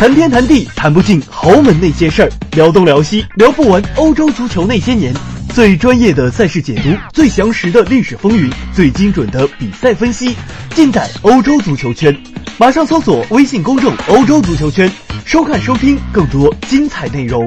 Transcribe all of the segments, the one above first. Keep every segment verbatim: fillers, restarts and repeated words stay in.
谈天谈地谈不尽豪门那些事儿，聊东聊西聊不完欧洲足球那些年。最专业的赛事解读，最详实的历史风云，最精准的比赛分析，尽在欧洲足球圈。马上搜索微信公众欧洲足球圈，收看收听更多精彩内容。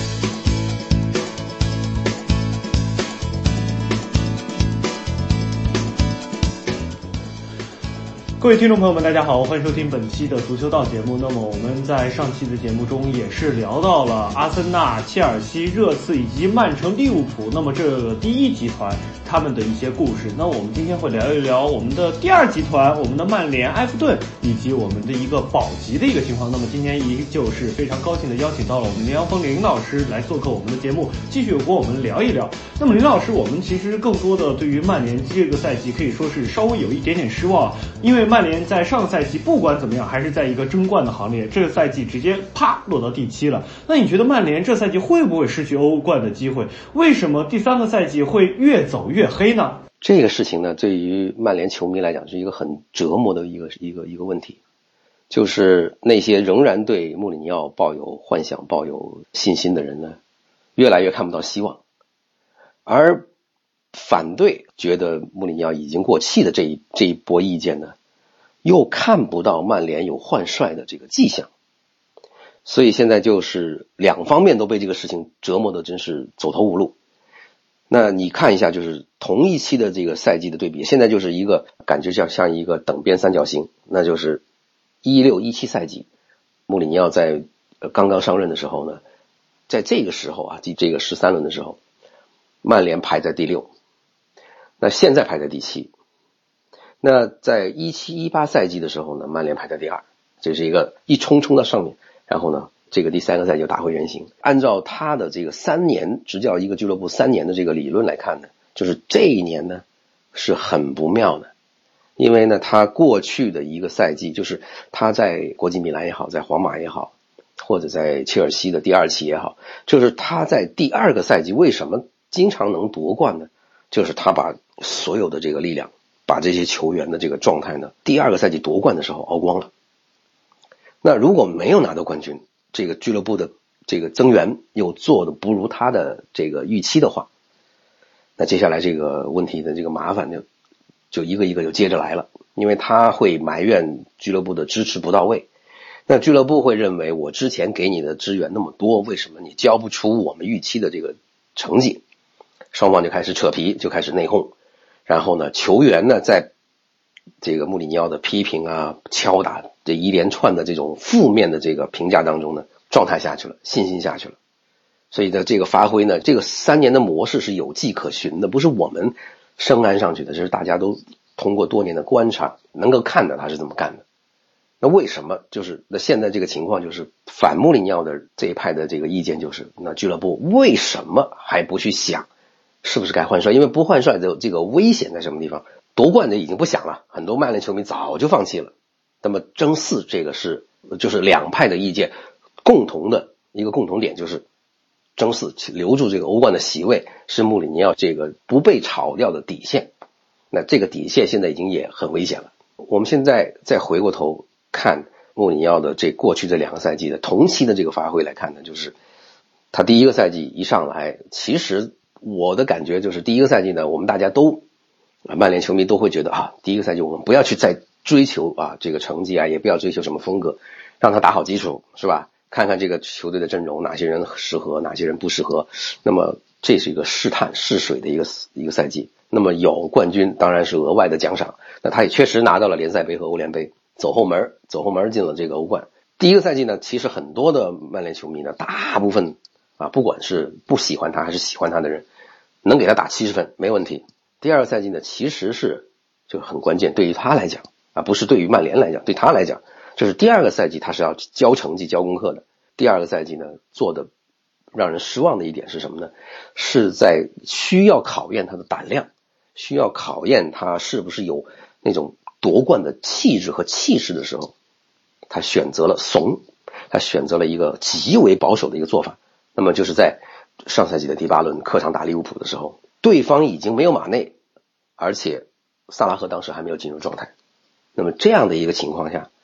各位听众朋友们，大家好，欢迎收听本期的足球道节目。那么我们在上期的节目中也是聊到了阿森纳、切尔西、热刺以及曼城、利物浦，那么这第一集团他们的一些故事。那我们今天会聊一聊我们的第二集团，我们的曼联、埃弗顿以及我们的一个保级的一个情况。那么今天依旧是非常高兴的邀请到了我们林洋锋林老师来做客我们的节目，继续和我们聊一聊。那么林老师，我们其实更多的对于曼联这个赛季可以说是稍微有一点点失望，因为曼联在上个赛季不管怎么样还是在一个争冠的行列，这个赛季直接啪落到第七了。那你觉得曼联这赛季会不会失去欧冠的机会？为什么第三个赛季会越走越黑呢？ 这个事情呢，对于曼联球迷来讲是一个很折磨的一个一个一个问题，就是那些仍然对穆里尼奥抱有幻想、抱有信心的人呢，越来越看不到希望，而反对觉得穆里尼奥已经过气的这一这一波意见呢，又看不到曼联有换帅的这个迹象，所以现在就是两方面都被这个事情折磨的真是走投无路。那你看一下，就是同一期的这个赛季的对比，现在就是一个感觉像像一个等边三角形，那就是一六一七赛季，穆里尼奥在刚刚上任的时候呢，在这个时候啊，这个十三轮的时候，曼联排在第六，那现在排在第七。那在一七一八赛季的时候呢，曼联排在第二，这是一个一冲冲到上面，然后呢，这个第三个赛季就打回原形。按照他的这个三年执教一个俱乐部三年的这个理论来看呢，就是这一年呢是很不妙的，因为呢他过去的一个赛季，就是他在国际米兰也好，在皇马也好，或者在切尔西的第二期也好，就是他在第二个赛季为什么经常能夺冠呢？就是他把所有的这个力量，把这些球员的这个状态呢，第二个赛季夺冠的时候熬光了。那如果没有拿到冠军，这个俱乐部的这个增援又做的不如他的这个预期的话，那接下来这个问题的这个麻烦就就一个一个就接着来了，因为他会埋怨俱乐部的支持不到位。那俱乐部会认为，我之前给你的支援那么多，为什么你交不出我们预期的这个成绩？双方就开始扯皮，就开始内讧。然后呢，球员呢，在这个穆里尼奥的批评啊、敲打这一连串的这种负面的这个评价当中呢，状态下去了，信心下去了。所以呢，这个发挥呢，这个三年的模式是有迹可循的，不是我们生安上去的，这是大家都通过多年的观察能够看到他是这么干的。那为什么就是那现在这个情况就是反穆里尼奥的这一派的这个意见就是，那俱乐部为什么还不去想是不是该换帅？因为不换帅的这个危险在什么地方？夺冠的已经不想了，很多曼联球迷早就放弃了。那么争四这个是就是两派的意见共同的一个共同点，就是争四留住这个欧冠的席位是穆里尼奥这个不被炒掉的底线。那这个底线现在已经也很危险了。我们现在再回过头看穆里尼奥的这过去这两个赛季的同期的这个发挥来看呢，就是他第一个赛季一上来，其实我的感觉就是第一个赛季呢，我们大家都曼联球迷都会觉得啊，第一个赛季我们不要去再追求啊这个成绩啊，也不要追求什么风格，让他打好基础，是吧？看看这个球队的阵容，哪些人适合，哪些人不适合。那么这是一个试探试水的一个一个赛季。那么有冠军当然是额外的奖赏，那他也确实拿到了联赛杯和欧联杯，走后门走后门进了这个欧冠。第一个赛季呢，其实很多的曼联球迷呢，大部分啊，不管是不喜欢他还是喜欢他的人，能给他打七十分没问题。第二个赛季呢，其实是就很关键，对于他来讲啊，不是对于曼联来讲，对他来讲，就是第二个赛季他是要交成绩、交功课的。第二个赛季呢，做的让人失望的一点是什么呢？是在需要考验他的胆量，需要考验他是不是有那种夺冠的气质和气势的时候，他选择了怂，他选择了一个极为保守的一个做法。那么就是在上赛季的第八轮客场打利物浦的时候，对方已经没有马内，而且萨拉赫当时还没有进入状态。那么这样的一个情况下，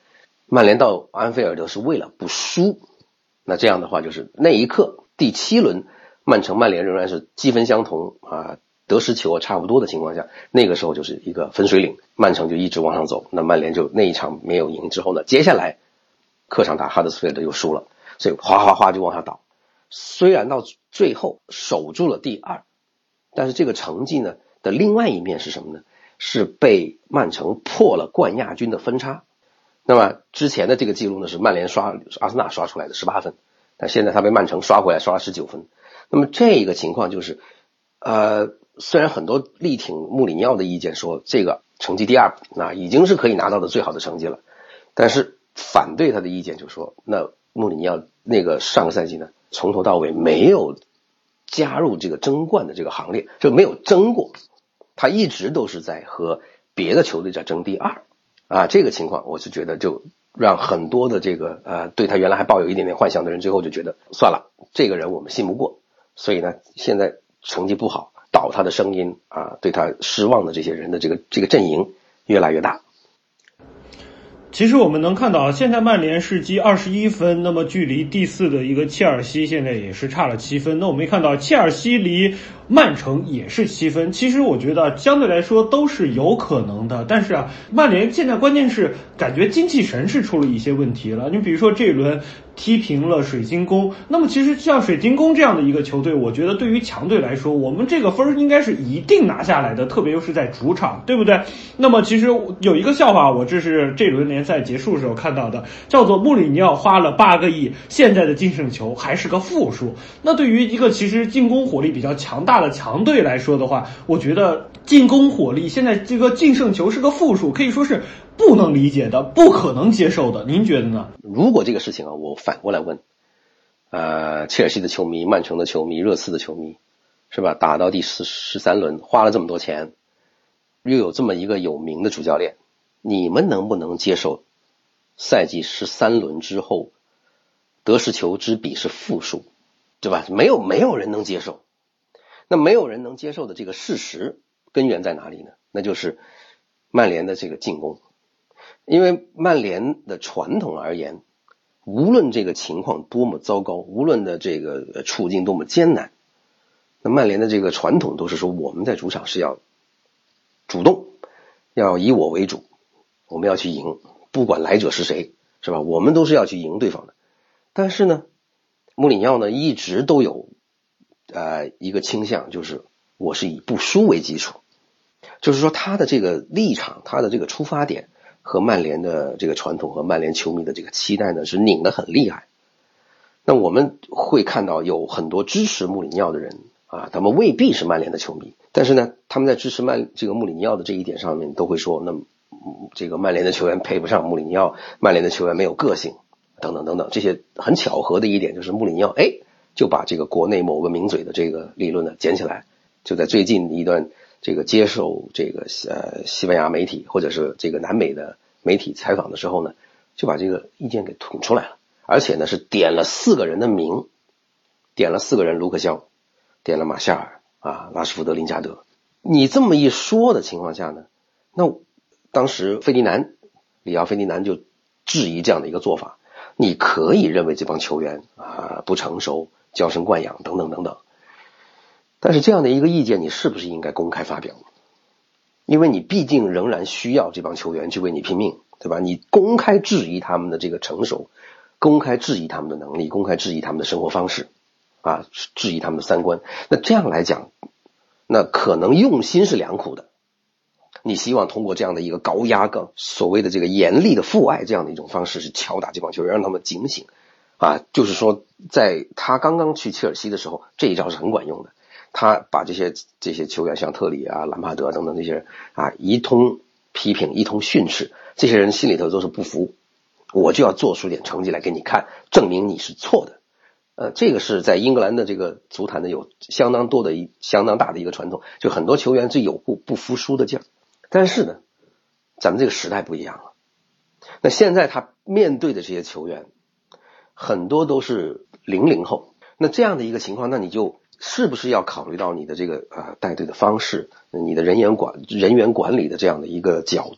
曼联到安菲尔德是为了不输，那这样的话就是那一刻第七轮曼城曼联仍然是积分相同啊，得失球差不多的情况下，那个时候就是一个分水岭，曼城就一直往上走，那曼联就那一场没有赢之后呢，接下来客场打哈德斯菲尔德又输了，所以哗哗哗就往下倒。虽然到最后守住了第二，但是这个成绩呢的另外一面是什么呢？是被曼城破了冠亚军的分差。那么之前的这个记录呢是曼联刷阿森纳刷出来的十八分，但现在他被曼城刷回来刷了十九分。那么这个情况就是呃，虽然很多力挺穆里尼奥的意见说这个成绩第二那已经是可以拿到的最好的成绩了，但是反对他的意见就是说，那穆里尼奥那个上个赛季呢从头到尾没有加入这个争冠的这个行列，就没有争过，他一直都是在和别的球队在争第二啊。这个情况我是觉得就让很多的这个呃对他原来还抱有一点点幻想的人最后就觉得算了，这个人我们信不过，所以呢现在成绩不好倒他的声音啊，对他失望的这些人的这个这个阵营越来越大。 其实我们能看到现在曼联是积二十一分，那么距离第四的一个切尔西现在也是差了七分。那我们看到切尔西离曼城也是七分，其实我觉得相对来说都是有可能的，但是啊，曼联现在关键是感觉精气神是出了一些问题了。你比如说这一轮踢平了水晶宫，那么其实像水晶宫这样的一个球队，我觉得对于强队来说，我们这个分应该是一定拿下来的，特别又是在主场，对不对？那么其实有一个笑话，我这是这轮联赛结束的时候看到的，叫做穆里尼奥花了八个亿，现在的净胜球还是个负数。那对于一个其实进攻火力比较强大的强队来说的话，我觉得进攻火力现在这个净胜球是个负数，可以说是不能理解的，不可能接受的。您觉得呢？ 如果这个事情啊，我反过来问，呃，切尔西的球迷、曼城的球迷、热刺的球迷，是吧？打到第十十三轮，花了这么多钱，又有这么一个有名的主教练，你们能不能接受赛季十三轮之后得失球之比是负数，对吧？没有没有人能接受。那没有人能接受的这个事实根源在哪里呢？那就是曼联的这个进攻。因为曼联的传统而言，无论这个情况多么糟糕，无论的这个处境多么艰难，那曼联的这个传统都是说我们在主场是要主动，要以我为主，我们要去赢，不管来者是谁，是吧？我们都是要去赢对方的。但是呢，穆里尼奥呢一直都有呃一个倾向，就是我是以不输为基础，就是说他的这个立场，他的这个出发点和曼联的这个传统和曼联球迷的这个期待呢是拧得很厉害。那我们会看到有很多支持穆里尼奥的人啊，他们未必是曼联的球迷，但是呢他们在支持曼这个穆里尼奥的这一点上面都会说，那这个曼联的球员配不上穆里尼奥，曼联的球员没有个性等等等等。这些很巧合的一点就是穆里尼奥哎就把这个国内某个名嘴的这个理论呢捡起来，就在最近一段这个接受这个呃西班牙媒体或者是这个南美的媒体采访的时候呢，就把这个意见给捅出来了，而且呢是点了四个人的名，点了四个人，卢克肖，点了马夏尔啊，拉什福德、林加德。你这么一说的情况下呢，那当时费迪南里奥费迪南就质疑这样的一个做法，你可以认为这帮球员啊不成熟、娇生惯养等等等等，但是这样的一个意见你是不是应该公开发表？因为你毕竟仍然需要这帮球员去为你拼命，对吧？你公开质疑他们的这个成熟，公开质疑他们的能力，公开质疑他们的生活方式啊，质疑他们的三观，那这样来讲，那可能用心是良苦的，你希望通过这样的一个高压个所谓的这个严厉的父爱这样的一种方式是敲打这帮球员，让他们警醒啊。就是说在他刚刚去切尔西的时候，这一招是很管用的，他把这些这些球员像特里啊、兰帕德等等这些人啊一通批评，一通训斥，这些人心里头都是不服，我就要做出点成绩来给你看，证明你是错的。呃，这个是在英格兰的这个足坛的有相当多的一相当大的一个传统，就很多球员是有不不服输的劲儿。但是呢，咱们这个时代不一样了。那现在他面对的这些球员，很多都是零零后。那这样的一个情况，那你就是不是要考虑到你的这个呃带队的方式，你的人员管人员管理的这样的一个角度，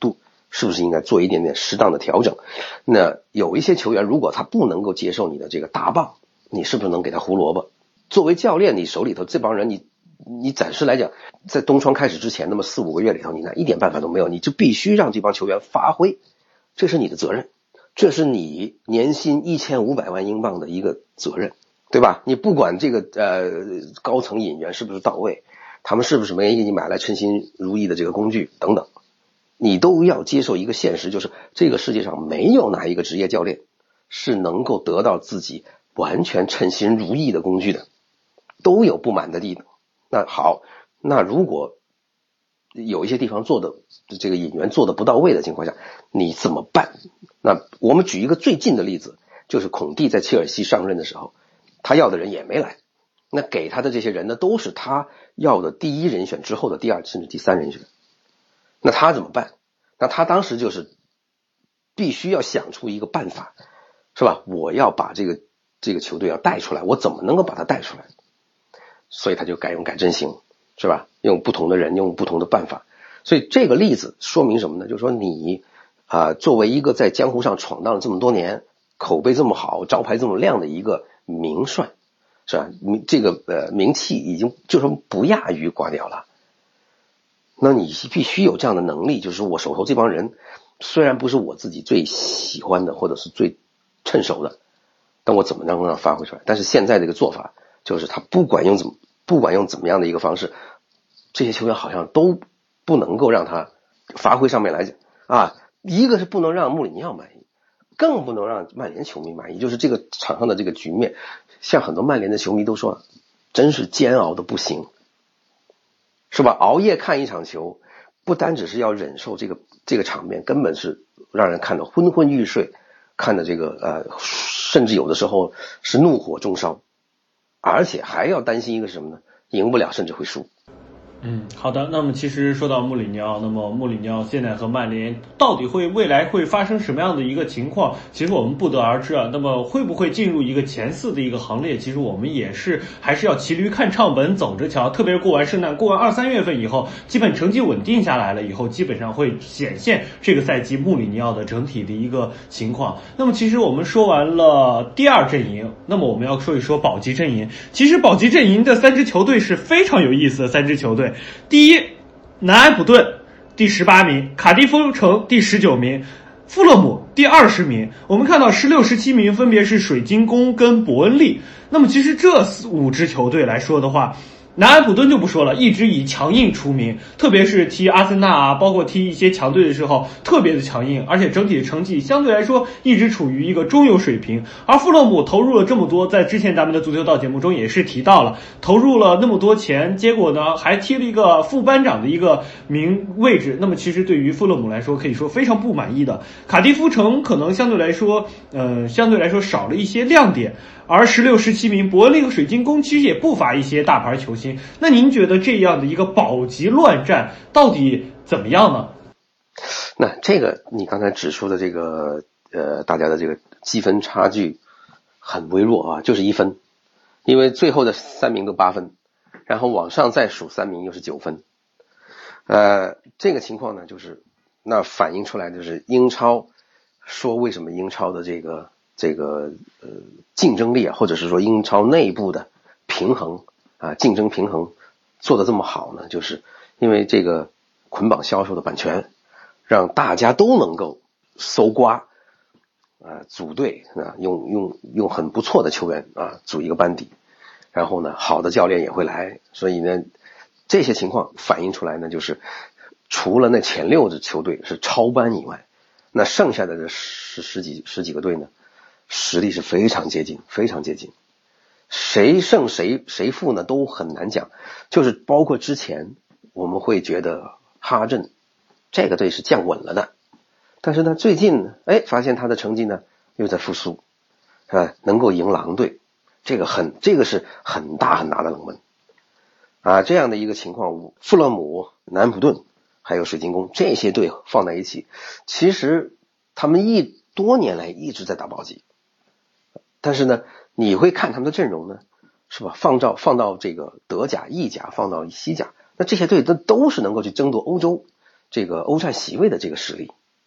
是不是应该做一点点适当的调整？那有一些球员如果他不能够接受你的这个大棒，你是不是能给他胡萝卜？作为教练，你手里头这帮人，你你暂时来讲，在冬窗开始之前那么四五个月里头，你那一点办法都没有，你就必须让这帮球员发挥，这是你的责任，这是你年薪一千五百万英镑的一个责任，对吧？你不管这个呃高层引援是不是到位，他们是不是没给你买来称心如意的这个工具等等，你都要接受一个现实，就是这个世界上没有哪一个职业教练是能够得到自己完全称心如意的工具的，都有不满的地方。那好，那如果有一些地方做的这个引援做的不到位的情况下，你怎么办？那我们举一个最近的例子，就是孔蒂在切尔西上任的时候，他要的人也没来，那给他的这些人呢，都是他要的第一人选之后的第二甚至第三人选。那他怎么办？那他当时就是必须要想出一个办法，是吧？我要把这个这个球队要带出来，我怎么能够把它带出来？所以他就改用改阵型，是吧？用不同的人，用不同的办法。所以这个例子说明什么呢？就是说你啊、呃，作为一个在江湖上闯荡了这么多年，口碑这么好，招牌这么亮的一个名帅，是吧？这个呃名气已经就说不亚于瓜迪奥拉。那你必须有这样的能力，就是我手头这帮人虽然不是我自己最喜欢的或者是最趁手的，但我怎么能让它发挥出来？但是现在这个做法就是他不管用怎么不管用怎么样的一个方式，这些球员好像都不能够让他发挥上面来讲啊，一个是不能让穆里尼奥满意，更不能让曼联球迷满意，就是这个场上的这个局面，像很多曼联的球迷都说，真是煎熬的不行，是吧？熬夜看一场球，不单只是要忍受这个这个场面，根本是让人看得昏昏欲睡，看的这个呃，甚至有的时候是怒火中烧，而且还要担心一个什么呢？赢不了，甚至会输。 嗯，好的。那么其实说到穆里尼奥，那么穆里尼奥现在和曼联到底会未来会发生什么样的一个情况，其实我们不得而知啊。那么会不会进入一个前四的一个行列，其实我们也是还是要骑驴看唱本走着瞧。特别过完圣诞，过完二三月份以后，基本成绩稳定下来了以后，基本上会显现这个赛季穆里尼奥的整体的一个情况。那么其实我们说完了第二阵营，那么我们要说一说保级阵营。其实保级阵营的三支球队是非常有意思的三支球队。第一，南安普顿第十八名，卡迪夫城第十九名，富勒姆第二十名。我们看到十六、十七名分别是水晶宫跟伯恩利。那么其实这五支球队来说的话，南安普顿就不说了，一直以强硬出名，特别是踢阿森纳啊，包括踢一些强队的时候特别的强硬，而且整体的成绩相对来说一直处于一个中游水平。而富勒姆投入了这么多，在之前咱们的足球道节目中也是提到了，投入了那么多钱，结果呢还踢了一个副班长的一个名位置，那么其实对于富勒姆来说可以说非常不满意的。卡迪夫城可能相对来说呃相对来说少了一些亮点，而十六、十七名伯恩利和水晶宫其实也不乏一些大牌球星。那您觉得这样的一个保级乱战到底怎么样呢？ 那这个你刚才指出的这个呃，大家的这个积分差距很微弱啊，就是一分，因为最后的三名都八分，然后往上再数三名又是九分。呃，这个情况呢，就是那反映出来就是英超说为什么英超的这个这个呃竞争力啊，或者是说英超内部的平衡啊，竞争平衡做得这么好呢，就是因为这个捆绑销售的版权，让大家都能够搜刮啊，组队啊，用用用很不错的球员啊组一个班底，然后呢，好的教练也会来，所以呢，这些情况反映出来呢，就是除了那前六支球队是超班以外，那剩下的这十十几十几个队呢，实力是非常接近，非常接近。谁胜谁谁负呢都很难讲，就是包括之前我们会觉得哈镇这个队是降稳了的，但是呢最近呢哎发现他的成绩呢又在复苏啊，能够赢狼队，这个很这个是很大很大的冷门啊，这样的一个情况，富勒姆、南安普顿还有水晶宫这些队放在一起，其实他们一多年来一直在打保级，但是呢你会看他们的阵容呢，是吧？放到放到这个德甲、意甲，放到西甲，那这些队都都是能够去争夺欧洲这个欧战席位的这个实力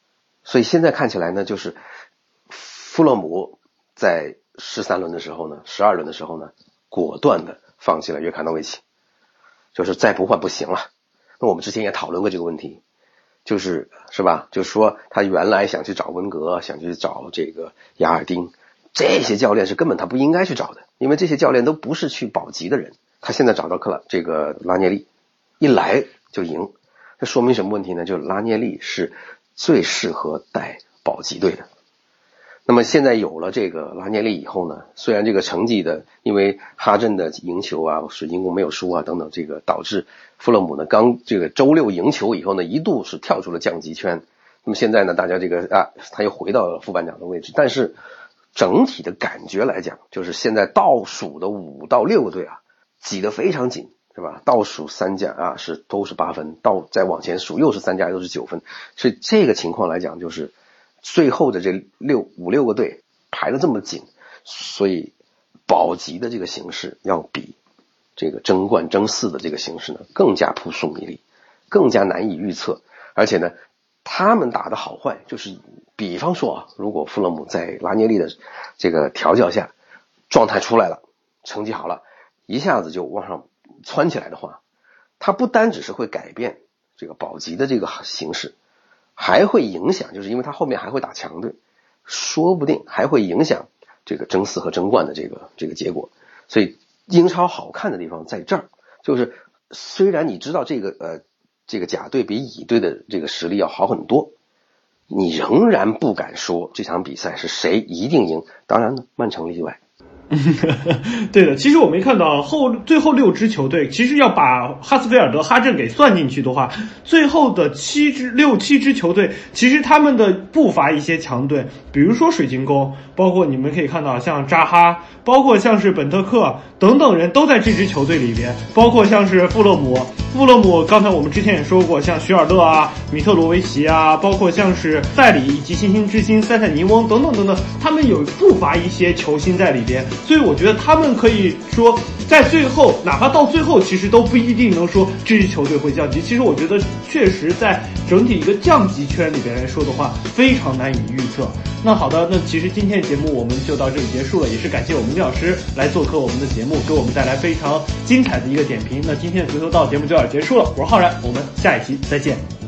所以现在看起来呢，就是富勒姆在十三轮的时候呢，十二轮的时候呢，果断的放弃了约卡诺维奇，就是再不换不行了。那我们之前也讨论过这个问题，就是是吧？就是说他原来想去找温格，想去找这个雅尔丁，这些教练是根本他不应该去找的，因为这些教练都不是去保级的人。他现在找到克拉这个拉涅利，一来就赢，这说明什么问题呢？就拉涅利是最适合带保级队的。那么现在有了这个拉涅利以后呢，虽然这个成绩的，因为哈镇的赢球啊，水晶宫没有输啊等等，这个导致富勒姆呢刚这个周六赢球以后呢，一度是跳出了降级圈。那么现在呢，大家这个啊，他又回到了副班长的位置，但是整体的感觉来讲，就是现在倒数的五到六个队啊，挤得非常紧，是吧？倒数三家啊是都是八分，到再往前数又是三家都是九分，所以这个情况来讲，就是最后的这六五六个队排得这么紧，所以保级的这个形势要比这个争冠争四的这个形势呢更加扑朔迷离，更加难以预测。而且呢，他们打的好坏，就是比方说啊，如果富勒姆在拉涅利的这个调教下状态出来了，成绩好了，一下子就往上窜起来的话，他不单只是会改变这个保级的这个形势，还会影响，就是因为他后面还会打强队，说不定还会影响这个争四和争冠的这个这个结果。所以英超好看的地方在这儿，就是虽然你知道这个呃这个甲队比乙队的这个实力要好很多，你仍然不敢说这场比赛是谁一定赢，当然呢，曼城例外。 对的，其实我没看到后最后六支球队，其实要把哈斯菲尔德、哈镇给算进去的话，最后的七支六七支球队，其实他们的不乏一些强队，比如说水晶宫，包括你们可以看到像扎哈，包括像是本特克等等人都在这支球队里边，包括像是富勒姆，富勒姆刚才我们之前也说过，像许尔勒啊、米特罗维奇啊，包括像是塞里以及新星之星塞塞尼翁等等等等，他们有不乏一些球星在里边。所以我觉得他们可以说在最后，哪怕到最后其实都不一定能说这支球队会降级。其实我觉得确实在整体一个降级圈里边来说的话，非常难以预测。那好的，那其实今天的节目我们就到这里结束了，也是感谢我们李老师来做客我们的节目，给我们带来非常精彩的一个点评。那今天的足球道节目就要结束了，我是浩然，我们下一期再见。